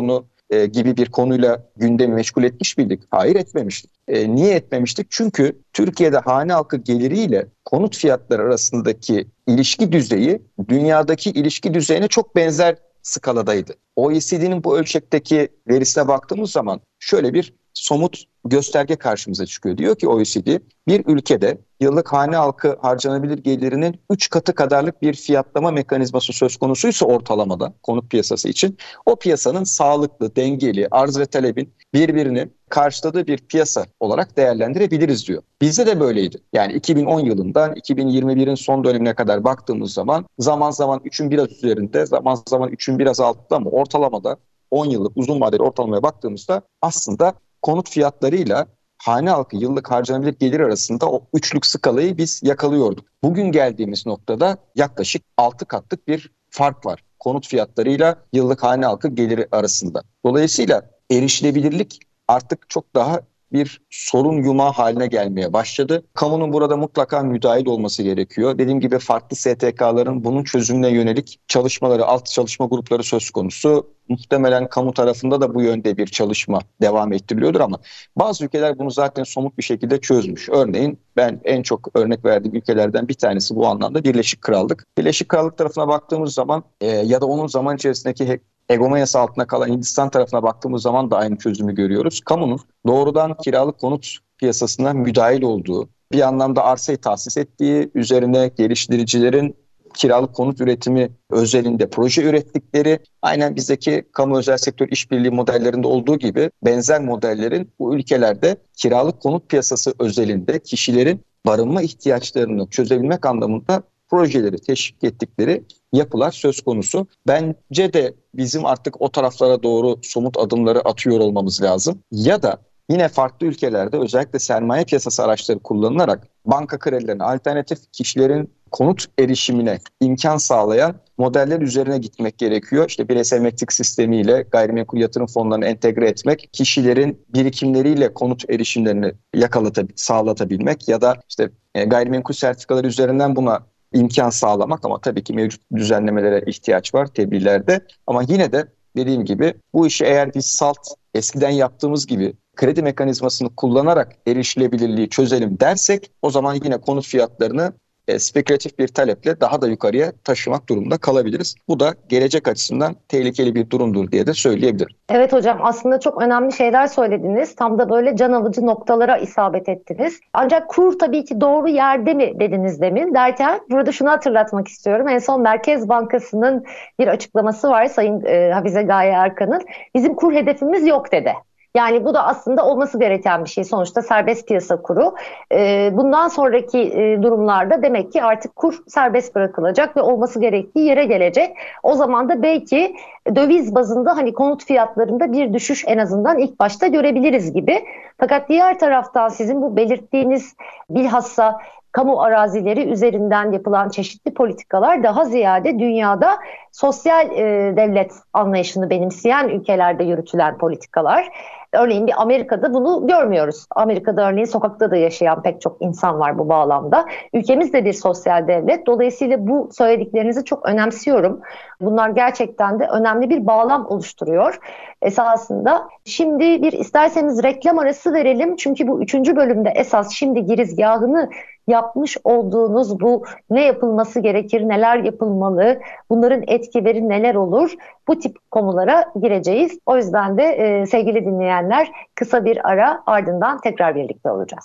S3: e, gibi bir konuyla gündemi meşgul etmiş miydik? Hayır, etmemiştik. E, niye etmemiştik? Çünkü Türkiye'de hane halkı geliriyle konut fiyatları arasındaki ilişki düzeyi dünyadaki ilişki düzeyine çok benzer skaladaydı. O E C D'nin bu ölçekteki verisine baktığımız zaman şöyle bir somut gösterge karşımıza çıkıyor. Diyor ki O E C D, bir ülkede yıllık hane halkı harcanabilir gelirinin üç katı kadarlık bir fiyatlama mekanizması söz konusuysa ortalamada konut piyasası için, o piyasanın sağlıklı, dengeli, arz ve talebin birbirini karşıladığı bir piyasa olarak değerlendirebiliriz diyor. Bizde de böyleydi. Yani iki bin on yılından iki bin yirmi birin son dönemine kadar baktığımız zaman zaman zaman üçün biraz üzerinde, zaman zaman üçün biraz altında, ama ortalamada on yıllık uzun vadeli ortalamaya baktığımızda aslında konut fiyatlarıyla hane halkı yıllık harcanabilir gelir arasında o üçlük skalayı biz yakalıyorduk. Bugün geldiğimiz noktada yaklaşık altı katlık bir fark var konut fiyatlarıyla yıllık hane halkı geliri arasında. Dolayısıyla erişilebilirlik artık çok daha bir sorun yumağı haline gelmeye başladı. Kamunun burada mutlaka müdahil olması gerekiyor. Dediğim gibi farklı S T K'ların bunun çözümüne yönelik çalışmaları, alt çalışma grupları söz konusu. Muhtemelen kamu tarafında da bu yönde bir çalışma devam ettiriliyordur, ama bazı ülkeler bunu zaten somut bir şekilde çözmüş. Örneğin ben en çok örnek verdiğim ülkelerden bir tanesi bu anlamda Birleşik Krallık. Birleşik Krallık tarafına baktığımız zaman e, ya da onun zaman içerisindeki hegemonyası altında kalan Hindistan tarafına baktığımız zaman da aynı çözümü görüyoruz. Kamunun doğrudan kiralık konut piyasasına müdahil olduğu, bir anlamda arsayı tahsis ettiği, üzerine geliştiricilerin kiralık konut üretimi özelinde proje ürettikleri, aynen bizdeki kamu özel sektör işbirliği modellerinde olduğu gibi benzer modellerin bu ülkelerde kiralık konut piyasası özelinde kişilerin barınma ihtiyaçlarını çözebilmek anlamında projeleri teşvik ettikleri yapılar söz konusu. Bence de bizim artık o taraflara doğru somut adımları atıyor olmamız lazım. Ya da yine farklı ülkelerde özellikle sermaye piyasası araçları kullanılarak banka kredilerine alternatif, kişilerin konut erişimine imkan sağlayan modeller üzerine gitmek gerekiyor. İşte bireysel emeklilik sistemiyle gayrimenkul yatırım fonlarını entegre etmek, kişilerin birikimleriyle konut erişimlerini yakalatabilmek, sağlatabilmek ya da işte gayrimenkul sertifikaları üzerinden buna imkan sağlamak, ama tabii ki mevcut düzenlemelere ihtiyaç var tebliğlerde. Ama yine de dediğim gibi bu işi eğer biz salt eskiden yaptığımız gibi kredi mekanizmasını kullanarak erişilebilirliği çözelim dersek, o zaman yine konut fiyatlarını e, spekülatif bir taleple daha da yukarıya taşımak durumunda kalabiliriz. Bu da gelecek açısından tehlikeli bir durumdur diye de söyleyebilirim.
S2: Evet hocam, aslında çok önemli şeyler söylediniz. Tam da böyle can alıcı noktalara isabet ettiniz. Ancak kur tabii ki doğru yerde mi dediniz demin derken burada şunu hatırlatmak istiyorum. En son Merkez Bankası'nın bir açıklaması var, Sayın e, Hafize Gaye Erkan'ın. Bizim kur hedefimiz yok dedi. Yani bu da aslında olması gereken bir şey. Sonuçta serbest piyasa kuru. Bundan sonraki durumlarda demek ki artık kur serbest bırakılacak ve olması gerektiği yere gelecek. O zaman da belki döviz bazında hani konut fiyatlarında bir düşüş en azından ilk başta görebiliriz gibi. Fakat diğer taraftan sizin bu belirttiğiniz bilhassa kamu arazileri üzerinden yapılan çeşitli politikalar daha ziyade dünyada sosyal e, devlet anlayışını benimseyen ülkelerde yürütülen politikalar. Örneğin bir Amerika'da bunu görmüyoruz. Amerika'da örneğin sokakta da yaşayan pek çok insan var bu bağlamda. Ülkemiz de bir sosyal devlet. Dolayısıyla bu söylediklerinizi çok önemsiyorum. Bunlar gerçekten de önemli bir bağlam oluşturuyor esasında. Şimdi bir isterseniz reklam arası verelim. Çünkü bu üçüncü bölümde esas şimdi girizgahını yapmış olduğunuz bu ne yapılması gerekir, neler yapılmalı, bunların etkileri neler olur, bu tip konulara gireceğiz. O yüzden de e, sevgili dinleyenler kısa bir ara, ardından tekrar birlikte olacağız.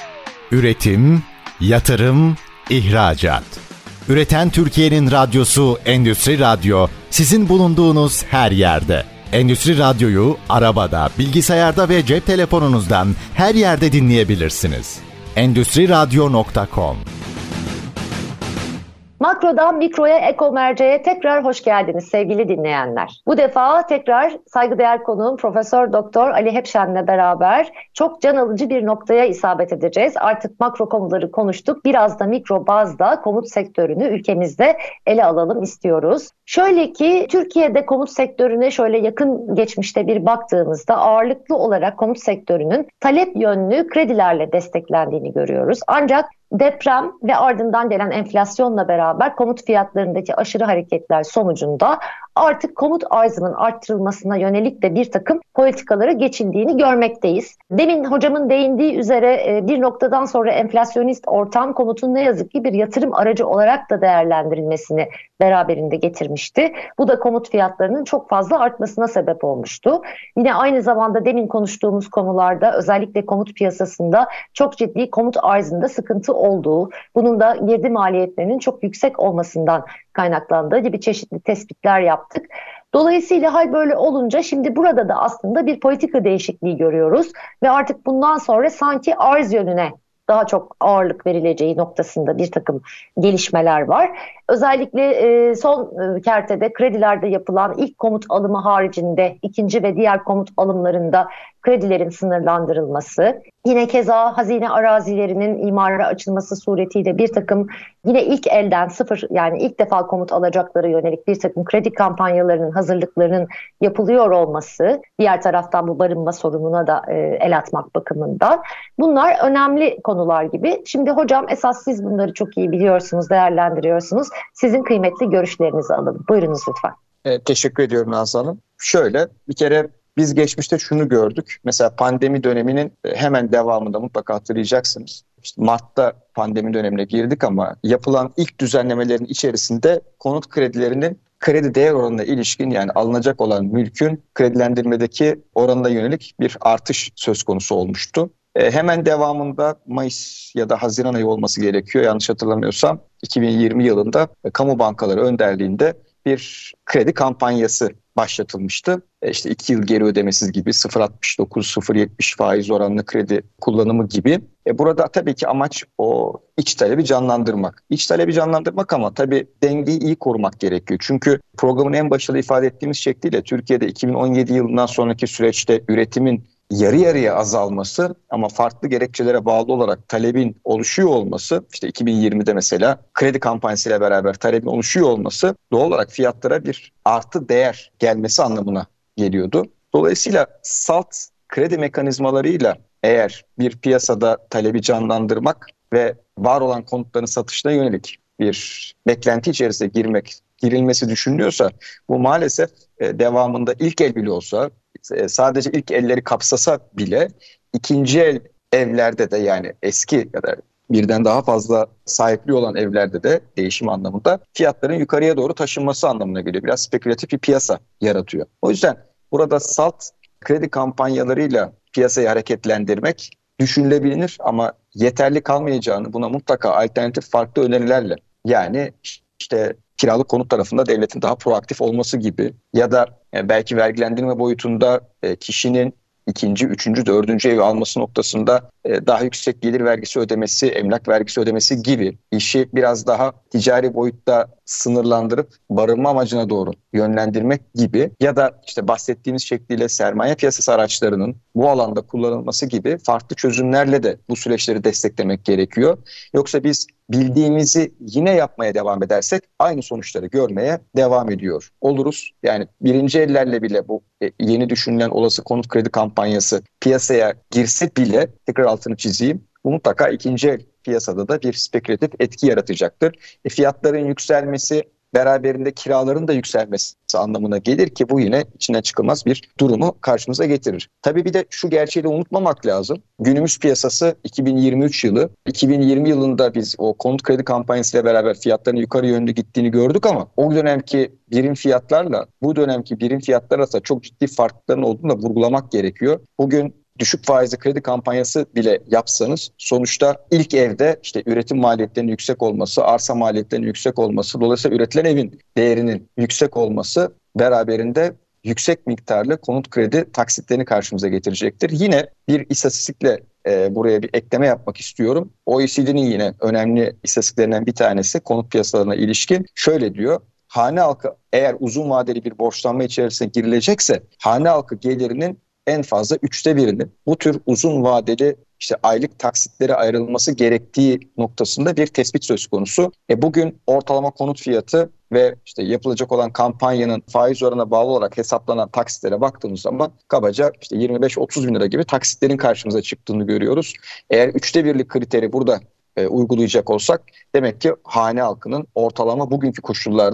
S1: Üretim, yatırım, ihracat. Üreten Türkiye'nin radyosu Endüstri Radyo, sizin bulunduğunuz her yerde. Endüstri Radyo'yu arabada, bilgisayarda ve cep telefonunuzdan her yerde dinleyebilirsiniz. endüstri radyo nokta com.
S2: Makrodan Mikro'ya, Eko Merce'ye tekrar hoş geldiniz sevgili dinleyenler. Bu defa tekrar saygıdeğer konuğum Profesör Doktor Ali Hepşen'le beraber çok can alıcı bir noktaya isabet edeceğiz. Artık makro konuları konuştuk. Biraz da mikro bazda konut sektörünü ülkemizde ele alalım istiyoruz. Şöyle ki Türkiye'de konut sektörüne şöyle yakın geçmişte bir baktığımızda ağırlıklı olarak konut sektörünün talep yönlü kredilerle desteklendiğini görüyoruz. Ancak deprem ve ardından gelen enflasyonla beraber konut fiyatlarındaki aşırı hareketler sonucunda artık konut arzının arttırılmasına yönelik de bir takım politikalara geçildiğini görmekteyiz. Demin hocamın değindiği üzere bir noktadan sonra enflasyonist ortam konutun ne yazık ki bir yatırım aracı olarak da değerlendirilmesini beraberinde getirmişti. Bu da konut fiyatlarının çok fazla artmasına sebep olmuştu. Yine aynı zamanda demin konuştuğumuz konularda özellikle konut piyasasında çok ciddi konut arzında sıkıntı olduğu, bunun da girdi maliyetlerinin çok yüksek olmasından kaynaklandığı gibi çeşitli tespitler yaptık. Dolayısıyla hal böyle olunca şimdi burada da aslında bir politika değişikliği görüyoruz ve artık bundan sonra sanki arz yönüne daha çok ağırlık verileceği noktasında bir takım gelişmeler var. Özellikle e, son e, kertede kredilerde yapılan ilk konut alımı haricinde ikinci ve diğer konut alımlarında kredilerin sınırlandırılması, yine keza hazine arazilerinin imara açılması suretiyle bir takım yine ilk elden sıfır yani ilk defa konut alacaklara yönelik bir takım kredi kampanyalarının hazırlıklarının yapılıyor olması, diğer taraftan bu barınma sorununa da e, el atmak bakımından bunlar önemli konular gibi. Şimdi hocam esas siz bunları çok iyi biliyorsunuz, değerlendiriyorsunuz. Sizin kıymetli görüşlerinizi alalım. Buyurunuz lütfen.
S3: E, teşekkür ediyorum Nazlı Hanım. Şöyle bir kere biz geçmişte şunu gördük. Mesela pandemi döneminin hemen devamında mutlaka hatırlayacaksınız. İşte Mart'ta pandemi dönemine girdik ama yapılan ilk düzenlemelerin içerisinde konut kredilerinin kredi değer oranına ilişkin yani alınacak olan mülkün kredilendirmedeki oranına yönelik bir artış söz konusu olmuştu. E, hemen devamında Mayıs ya da Haziran ayı olması gerekiyor yanlış hatırlamıyorsam iki bin yirmi yılında e, kamu bankaları önderliğinde bir kredi kampanyası başlatılmıştı. E işte iki yıl geri ödemesiz gibi sıfır virgül altmış dokuz sıfır virgül yetmiş faiz oranlı kredi kullanımı gibi. E burada tabii ki amaç o iç talebi canlandırmak. İç talebi canlandırmak ama tabii dengeyi iyi korumak gerekiyor. Çünkü programın en başında ifade ettiğimiz şekliyle Türkiye'de iki bin on yedi yılından sonraki süreçte üretimin yarı yarıya azalması ama farklı gerekçelere bağlı olarak talebin oluşuyor olması, işte iki bin yirmide mesela kredi kampanyasıyla beraber talebin oluşuyor olması doğal olarak fiyatlara bir artı değer gelmesi anlamına geliyordu. Dolayısıyla salt kredi mekanizmalarıyla eğer bir piyasada talebi canlandırmak ve var olan konutların satışına yönelik bir beklenti içerisine girmek, girilmesi düşünülüyorsa bu maalesef devamında ilk el bile olsa, sadece ilk elleri kapsasa bile ikinci el evlerde de yani eski ya da birden daha fazla sahipliği olan evlerde de değişim anlamında fiyatların yukarıya doğru taşınması anlamına geliyor. Biraz spekülatif bir piyasa yaratıyor. O yüzden burada salt kredi kampanyalarıyla piyasayı hareketlendirmek düşünülebilir ama yeterli kalmayacağını, buna mutlaka alternatif farklı önerilerle yani işte kiralık konut tarafında devletin daha proaktif olması gibi ya da belki vergilendirme boyutunda kişinin ikinci, üçüncü, dördüncü evi alması noktasında daha yüksek gelir vergisi ödemesi, emlak vergisi ödemesi gibi işi biraz daha ticari boyutta sınırlandırıp barınma amacına doğru yönlendirmek gibi ya da işte bahsettiğimiz şekliyle sermaye piyasası araçlarının bu alanda kullanılması gibi farklı çözümlerle de bu süreçleri desteklemek gerekiyor. Yoksa biz bildiğimizi yine yapmaya devam edersek aynı sonuçları görmeye devam ediyor oluruz. Yani birinci ellerle bile bu yeni düşünülen olası konut kredi kampanyası piyasaya girse bile tekrar altını çizeyim. Bu mutlaka ikinci el piyasada da bir spekülatif etki yaratacaktır. E, fiyatların yükselmesi beraberinde kiraların da yükselmesi anlamına gelir ki bu yine içinden çıkılmaz bir durumu karşımıza getirir. Tabii bir de şu gerçeği de unutmamak lazım. Günümüz piyasası iki bin yirmi üç yılı. iki bin yirmi yılında biz o konut kredi kampanyasıyla beraber fiyatların yukarı yönlü gittiğini gördük ama o dönemki birim fiyatlarla bu dönemki birim fiyatlar arasında çok ciddi farklılıkların olduğunu da vurgulamak gerekiyor. Bugün düşük faizli kredi kampanyası bile yapsanız sonuçta ilk evde işte üretim maliyetlerinin yüksek olması, arsa maliyetlerinin yüksek olması, dolayısıyla üretilen evin değerinin yüksek olması beraberinde yüksek miktarlı konut kredi taksitlerini karşımıza getirecektir. Yine bir istatistikle e, buraya bir ekleme yapmak istiyorum. O E C D'nin yine önemli istatistiklerinden bir tanesi konut piyasalarına ilişkin şöyle diyor. Hane halkı eğer uzun vadeli bir borçlanma içerisine girilecekse hane halkı gelirinin en fazla üçte birinin bu tür uzun vadeli işte aylık taksitlere ayrılması gerektiği noktasında bir tespit söz konusu. E bugün ortalama konut fiyatı ve işte yapılacak olan kampanyanın faiz oranına bağlı olarak hesaplanan taksitlere baktığımız zaman kabaca işte yirmi beş otuz bin lira gibi taksitlerin karşımıza çıktığını görüyoruz. Eğer üçte birlik kriteri burada e, uygulayacak olsak demek ki hane halkının ortalama bugünkü koşullarda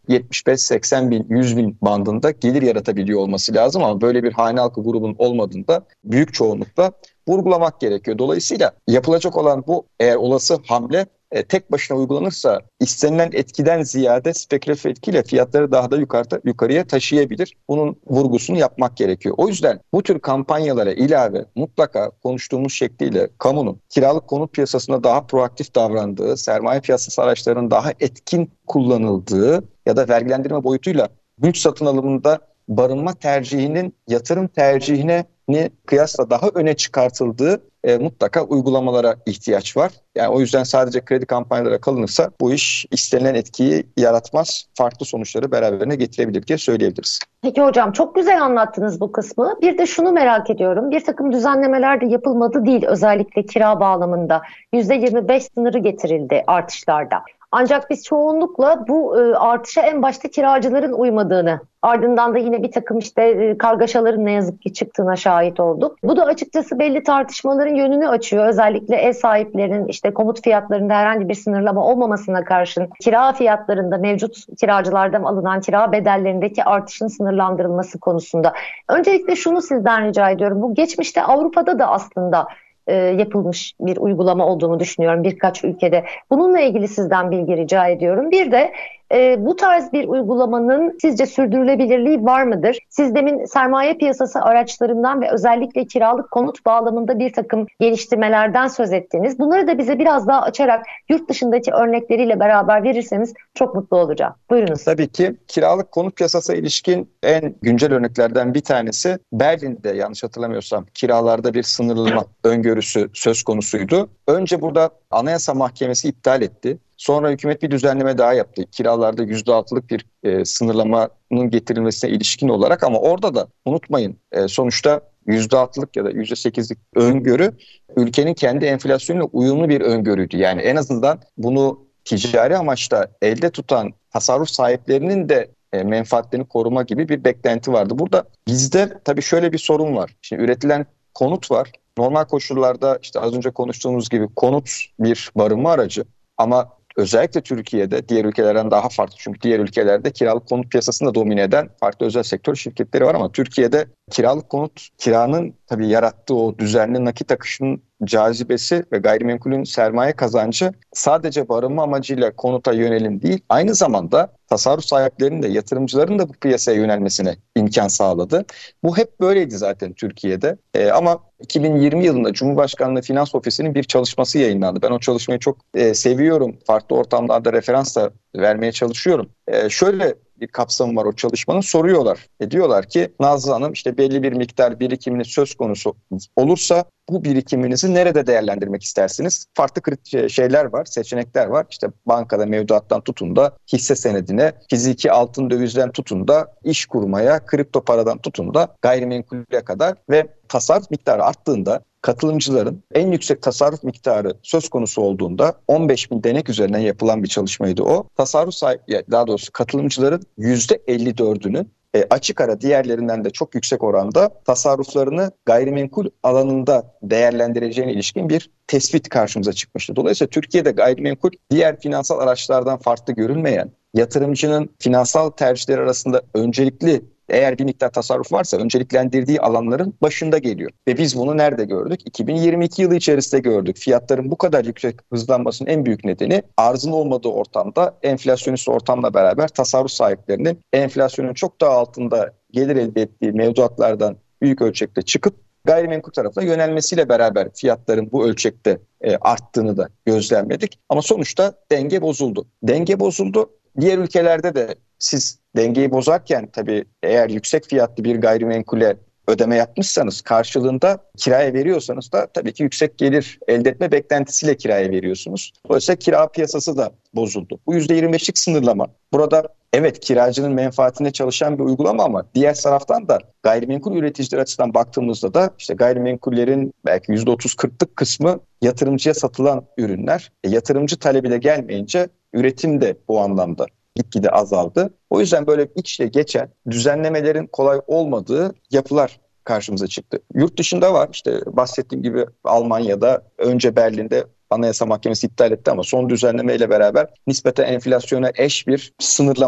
S3: yetmiş beş seksen bin, yüz bin bandında gelir yaratabiliyor olması lazım ama böyle bir hane halkı grubunun olmadığında büyük çoğunlukla vurgulamak gerekiyor. Dolayısıyla yapılacak olan bu eğer olası hamle e, tek başına uygulanırsa istenilen etkiden ziyade spekülatif etkiyle fiyatları daha da yukarıda, yukarıya taşıyabilir. Bunun vurgusunu yapmak gerekiyor. O yüzden bu tür kampanyalara ilave mutlaka konuştuğumuz şekliyle kamunun kiralık konut piyasasında daha proaktif davrandığı, sermaye piyasası araçlarının daha etkin kullanıldığı ya da vergilendirme boyutuyla mülk satın alımında barınma tercihinin yatırım tercihine ni kıyasla daha öne çıkartıldığı e, mutlaka uygulamalara ihtiyaç var. Yani o yüzden sadece kredi kampanyalara kalınırsa bu iş istenilen etkiyi yaratmaz, farklı sonuçları beraberine getirebilir diye söyleyebiliriz.
S2: Peki hocam, çok güzel anlattınız bu kısmı. Bir de şunu merak ediyorum. Bir takım düzenlemeler de yapılmadı değil, özellikle kira bağlamında. yüzde yirmi beş sınırı getirildi artışlarda. Ancak biz çoğunlukla bu e, artışa en başta kiracıların uymadığını, ardından da yine bir takım işte e, kargaşaların ne yazık ki çıktığına şahit olduk. Bu da açıkçası belli tartışmaların yönünü açıyor. Özellikle ev sahiplerinin işte konut fiyatlarında herhangi bir sınırlama olmamasına karşın kira fiyatlarında mevcut kiracılardan alınan kira bedellerindeki artışın sınırlandırılması konusunda. Öncelikle şunu sizden rica ediyorum. Bu geçmişte Avrupa'da da aslında E, yapılmış bir uygulama olduğunu düşünüyorum birkaç ülkede. Bununla ilgili sizden bilgi rica ediyorum. Bir de e, bu tarz bir uygulamanın sizce sürdürülebilirliği var mıdır? Siz demin sermaye piyasası araçlarından ve özellikle kiralık konut bağlamında bir takım geliştirmelerden söz ettiniz. Bunları da bize biraz daha açarak yurt dışındaki örnekleriyle beraber verirseniz çok mutlu olacağım. Buyurunuz.
S3: Tabii ki kiralık konut piyasasına ilişkin en güncel örneklerden bir tanesi Berlin'de, yanlış hatırlamıyorsam, kiralarda bir sınırlama öngörüsü söz konusuydu. Önce burada Anayasa Mahkemesi iptal etti. Sonra hükümet bir düzenleme daha yaptı. Kiralarda yüzde altılık bir e, sınırlamanın getirilmesine ilişkin olarak, ama orada da unutmayın e, sonuçta yüzde altılık ya da yüzde sekizlik öngörü ülkenin kendi enflasyonuyla uyumlu bir öngörüydü. Yani en azından bunu ticari amaçla elde tutan tasarruf sahiplerinin de e, menfaatlerini koruma gibi bir beklenti vardı. Burada bizde tabii şöyle bir sorun var. Şimdi üretilen konut var. Normal koşullarda işte az önce konuştuğumuz gibi konut bir barınma aracı, ama özellikle Türkiye'de diğer ülkelerden daha farklı. Çünkü diğer ülkelerde kiralık konut piyasasını da domine eden farklı özel sektör şirketleri var, ama Türkiye'de kiralık konut, kiranın tabii yarattığı o düzenli nakit akışının cazibesi ve gayrimenkulün sermaye kazancı sadece barınma amacıyla konuta yönelim değil, aynı zamanda tasarruf sahiplerinin de yatırımcıların da bu piyasaya yönelmesine imkan sağladı. Bu hep böyleydi zaten Türkiye'de. Ee, ama iki bin yirmi yılında Cumhurbaşkanlığı Finans Ofisi'nin bir çalışması yayınlandı. Ben o çalışmayı çok e, seviyorum. Farklı ortamlarda referans da vermeye çalışıyorum. E, şöyle bir kapsamı var o çalışmanın. Soruyorlar. E diyorlar ki Nazlı Hanım, işte belli bir miktar birikiminiz söz konusu olursa bu birikiminizi nerede değerlendirmek istersiniz? Farklı kritik şeyler var, seçenekler var. İşte bankada mevduattan tutun da hisse senedine, fiziki altın dövizden tutun da iş kurmaya, kripto paradan tutun da gayrimenkule kadar ve tasarruf miktarı arttığında, katılımcıların en yüksek tasarruf miktarı söz konusu olduğunda on beş bin denek üzerinden yapılan bir çalışmaydı o. Tasarruf sahibi, daha doğrusu katılımcıların yüzde elli dördünün e, açık ara diğerlerinden de çok yüksek oranda tasarruflarını gayrimenkul alanında değerlendireceğine ilişkin bir tespit karşımıza çıkmıştı. Dolayısıyla Türkiye'de gayrimenkul diğer finansal araçlardan farklı görünmeyen, yatırımcının finansal tercihleri arasında öncelikli, eğer bir miktar tasarruf varsa önceliklendirdiği alanların başında geliyor. Ve biz bunu nerede gördük? iki bin yirmi iki yılı içerisinde gördük. Fiyatların bu kadar yüksek hızlanmasının en büyük nedeni arzın olmadığı ortamda, enflasyonist ortamla beraber tasarruf sahiplerinin enflasyonun çok daha altında gelir elde ettiği mevduatlardan büyük ölçekte çıkıp gayrimenkul tarafına yönelmesiyle beraber fiyatların bu ölçekte e, arttığını da gözlemledik. Ama sonuçta denge bozuldu. Denge bozuldu. Diğer ülkelerde de siz dengeyi bozarken tabii eğer yüksek fiyatlı bir gayrimenkule ödeme yapmışsanız, karşılığında kiraya veriyorsanız da tabii ki yüksek gelir elde etme beklentisiyle kiraya veriyorsunuz. Dolayısıyla kira piyasası da bozuldu. Bu yüzde yirmi beşlik sınırlama burada evet kiracının menfaatine çalışan bir uygulama, ama diğer taraftan da gayrimenkul üreticiler açısından baktığımızda da işte gayrimenkullerin belki yüzde otuz kırklık kısmı yatırımcıya satılan ürünler. E, yatırımcı talebi de gelmeyince üretim de bu anlamda gitgide azaldı. O yüzden böyle iç içe geçen düzenlemelerin kolay olmadığı yapılar karşımıza çıktı. Yurt dışında var, işte bahsettiğim gibi Almanya'da önce Berlin'de Anayasa Mahkemesi iptal etti, ama son düzenlemeyle beraber nispeten enflasyona eş bir sınırlama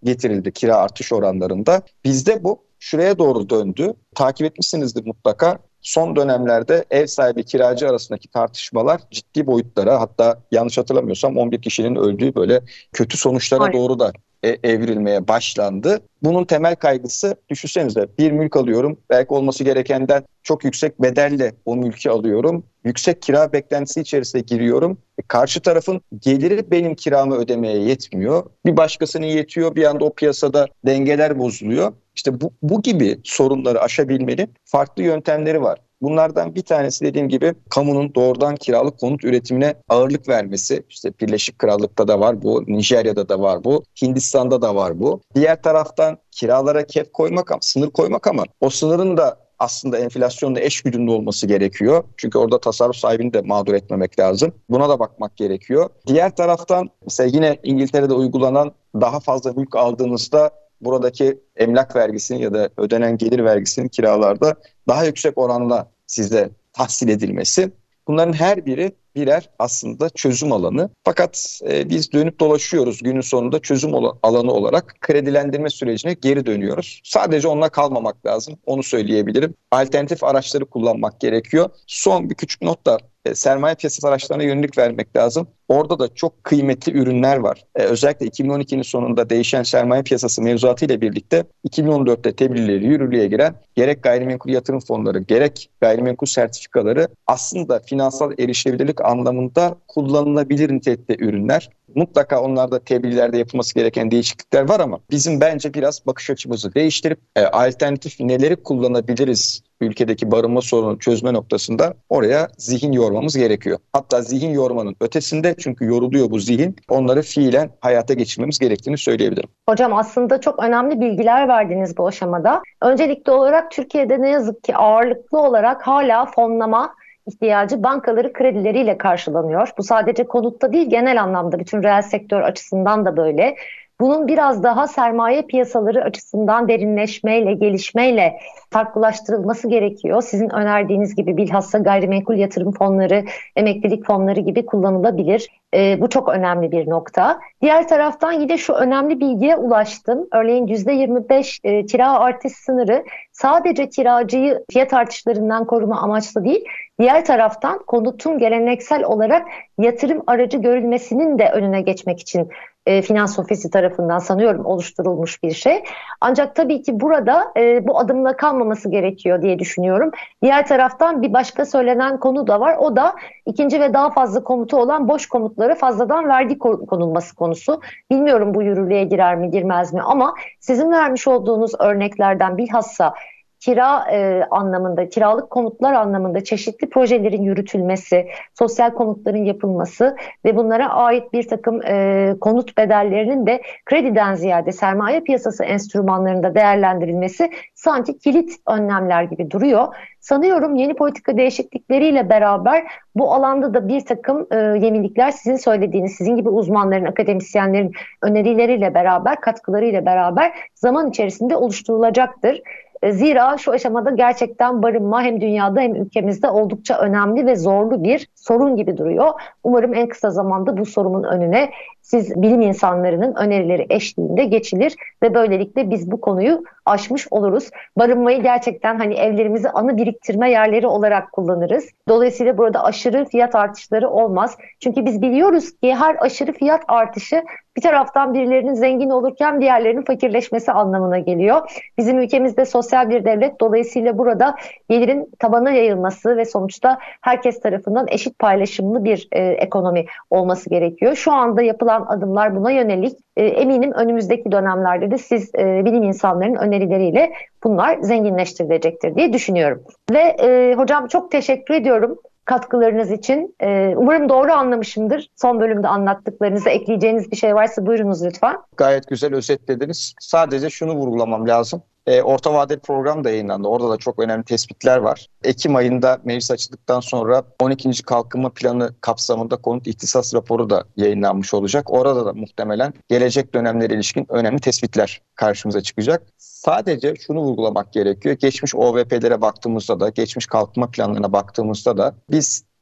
S3: getirildi kira artış oranlarında. Bizde bu şuraya doğru döndü. Takip etmişsinizdir mutlaka. Son dönemlerde ev sahibi kiracı arasındaki tartışmalar ciddi boyutlara, hatta yanlış hatırlamıyorsam on bir kişinin öldüğü böyle kötü sonuçlara
S2: Aynen.
S3: doğru da evrilmeye başlandı. Bunun temel kaygısı, düşünsenize, bir mülk alıyorum. Belki olması gerekenden çok yüksek bedelle o mülkü alıyorum. Yüksek kira beklentisi içerisine giriyorum. E, karşı tarafın geliri benim kiramı ödemeye yetmiyor. Bir başkasının yetiyor. Bir anda o piyasada dengeler bozuluyor. İşte bu, bu gibi sorunları aşabilmenin farklı yöntemleri var. Bunlardan bir tanesi, dediğim gibi, kamunun doğrudan kiralık konut üretimine ağırlık vermesi. İşte Birleşik Krallık'ta da var bu, Nijerya'da da var bu, Hindistan'da da var bu. Diğer taraftan kiralara kef koymak, sınır koymak, ama o sınırın da aslında enflasyonla eş güdümlü olması gerekiyor. Çünkü orada tasarruf sahibini de mağdur etmemek lazım. Buna da bakmak gerekiyor. Diğer taraftan mesela yine İngiltere'de uygulanan, daha fazla mülk aldığınızda buradaki emlak vergisinin ya da ödenen gelir vergisinin kiralarda daha yüksek oranla size tahsil edilmesi. Bunların her biri birer aslında çözüm alanı. Fakat e, biz dönüp dolaşıyoruz, günün sonunda çözüm alanı olarak kredilendirme sürecine geri dönüyoruz. Sadece onunla kalmamak lazım, onu söyleyebilirim. Alternatif araçları kullanmak gerekiyor. Son bir küçük not da e, sermaye piyasası araçlarına yönelik vermek lazım. Orada da çok kıymetli ürünler var. Ee, özellikle iki bin on ikinin sonunda değişen sermaye piyasası mevzuatı ile birlikte iki bin on dörtte tebliğleri yürürlüğe giren gerek gayrimenkul yatırım fonları, gerek gayrimenkul sertifikaları aslında finansal erişilebilirlik anlamında kullanılabilir nitelikte ürünler. Mutlaka onlarda tebliğlerde yapılması gereken değişiklikler var, ama bizim bence biraz bakış açımızı değiştirip e, alternatif neleri kullanabiliriz ülkedeki barınma sorununu çözme noktasında, oraya zihin yormamız gerekiyor. Hatta zihin yormanın ötesinde, çünkü yoruluyor bu zihin, onları fiilen hayata geçirmemiz gerektiğini söyleyebilirim.
S2: Hocam, aslında çok önemli bilgiler verdiniz bu aşamada. Öncelikli olarak Türkiye'de ne yazık ki ağırlıklı olarak hala fonlama ihtiyacı bankaları kredileriyle karşılanıyor. Bu sadece konutta değil, genel anlamda bütün reel sektör açısından da böyle. Bunun biraz daha sermaye piyasaları açısından derinleşmeyle, gelişmeyle farklılaştırılması gerekiyor. Sizin önerdiğiniz gibi bilhassa gayrimenkul yatırım fonları, emeklilik fonları gibi kullanılabilir. E, bu çok önemli bir nokta. Diğer taraftan yine şu önemli bilgiye ulaştım. Örneğin yüzde yirmi beş e, kira artış sınırı sadece kiracıyı fiyat artışlarından koruma amaçlı değil, diğer taraftan konutun geleneksel olarak yatırım aracı görülmesinin de önüne geçmek için e, Finans Ofisi tarafından sanıyorum oluşturulmuş bir şey. Ancak tabii ki burada e, bu adımla kalmaması gerekiyor diye düşünüyorum. Diğer taraftan bir başka söylenen konu da var. O da ikinci ve daha fazla komutu olan boş komutlara fazladan vergi konulması konusu. Bilmiyorum bu yürürlüğe girer mi girmez mi, ama sizin vermiş olduğunuz örneklerden bilhassa kira e, anlamında, kiralık konutlar anlamında çeşitli projelerin yürütülmesi, sosyal konutların yapılması ve bunlara ait bir takım e, konut bedellerinin de krediden ziyade sermaye piyasası enstrümanlarında değerlendirilmesi sanki kilit önlemler gibi duruyor. Sanıyorum yeni politika değişiklikleriyle beraber bu alanda da bir takım e, yenilikler, sizin söylediğiniz, sizin gibi uzmanların, akademisyenlerin önerileriyle beraber, katkılarıyla beraber zaman içerisinde oluşturulacaktır. Zira şu aşamada gerçekten barınma hem dünyada hem ülkemizde oldukça önemli ve zorlu bir sorun gibi duruyor. Umarım en kısa zamanda bu sorunun önüne siz bilim insanlarının önerileri eşliğinde geçilir ve böylelikle biz bu konuyu aşmış oluruz. Barınmayı gerçekten hani evlerimizi anı biriktirme yerleri olarak kullanırız. Dolayısıyla burada aşırı fiyat artışları olmaz. Çünkü biz biliyoruz ki her aşırı fiyat artışı bir taraftan birilerinin zengin olurken diğerlerinin fakirleşmesi anlamına geliyor. Bizim ülkemizde sosyal bir devlet, dolayısıyla burada gelirin tabana yayılması ve sonuçta herkes tarafından eşit paylaşımlı bir e, ekonomi olması gerekiyor. Şu anda yapılan adımlar buna yönelik. E, eminim önümüzdeki dönemlerde de siz e, bilim insanlarının önerileriyle bunlar zenginleştirilecektir diye düşünüyorum. Ve e, hocam çok teşekkür ediyorum katkılarınız için. Ee, umarım doğru anlamışımdır. Son bölümde anlattıklarınıza ekleyeceğiniz bir şey varsa buyurunuz lütfen.
S3: Gayet güzel özetlediniz. Sadece şunu vurgulamam lazım. E, orta vadeli program da yayınlandı. Orada da çok önemli tespitler var. Ekim ayında meclis açıldıktan sonra on ikinci kalkınma planı kapsamında konut ihtisas raporu da yayınlanmış olacak. Orada da muhtemelen gelecek dönemlere ilişkin önemli tespitler karşımıza çıkacak. Sadece şunu vurgulamak gerekiyor. Geçmiş O V P'lere baktığımızda da, geçmiş kalkınma planlarına baktığımızda da biz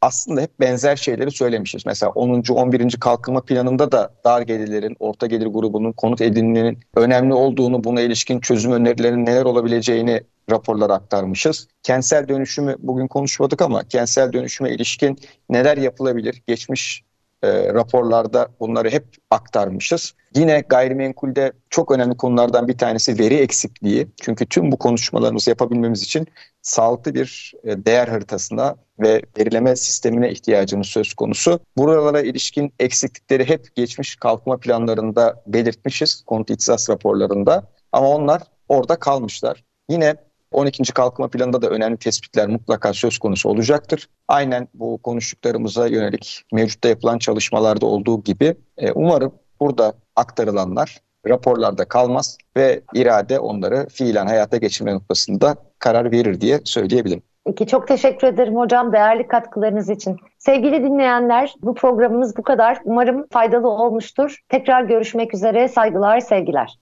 S3: aslında hep benzer şeyleri söylemişiz. Mesela onuncu on birinci kalkınma planında da dar gelirlerin, orta gelir grubunun konut ediniminin önemli olduğunu, buna ilişkin çözüm önerilerinin neler olabileceğini raporlara aktarmışız. Kentsel dönüşümü bugün konuşmadık ama kentsel dönüşüme ilişkin neler yapılabilir? Geçmiş e, raporlarda bunları hep aktarmışız. Yine gayrimenkulde çok önemli konulardan bir tanesi veri eksikliği. Çünkü tüm bu konuşmalarımızı yapabilmemiz için sağlıklı bir değer haritasına ve verileme sistemine ihtiyacımız söz konusu. Buralara ilişkin eksiklikleri hep geçmiş kalkınma planlarında belirtmişiz, konut ihtisas raporlarında. Ama onlar orada kalmışlar. Yine on ikinci kalkınma planında da önemli tespitler mutlaka söz konusu olacaktır. Aynen bu konuştuklarımıza yönelik mevcutta yapılan çalışmalarda olduğu gibi umarım burada aktarılanlar raporlarda kalmaz ve irade onları fiilen hayata geçirme noktasında karar verir diye söyleyebilirim.
S2: Peki, çok teşekkür ederim hocam değerli katkılarınız için. Sevgili dinleyenler, bu programımız bu kadar. Umarım faydalı olmuştur. Tekrar görüşmek üzere. Saygılar, sevgiler.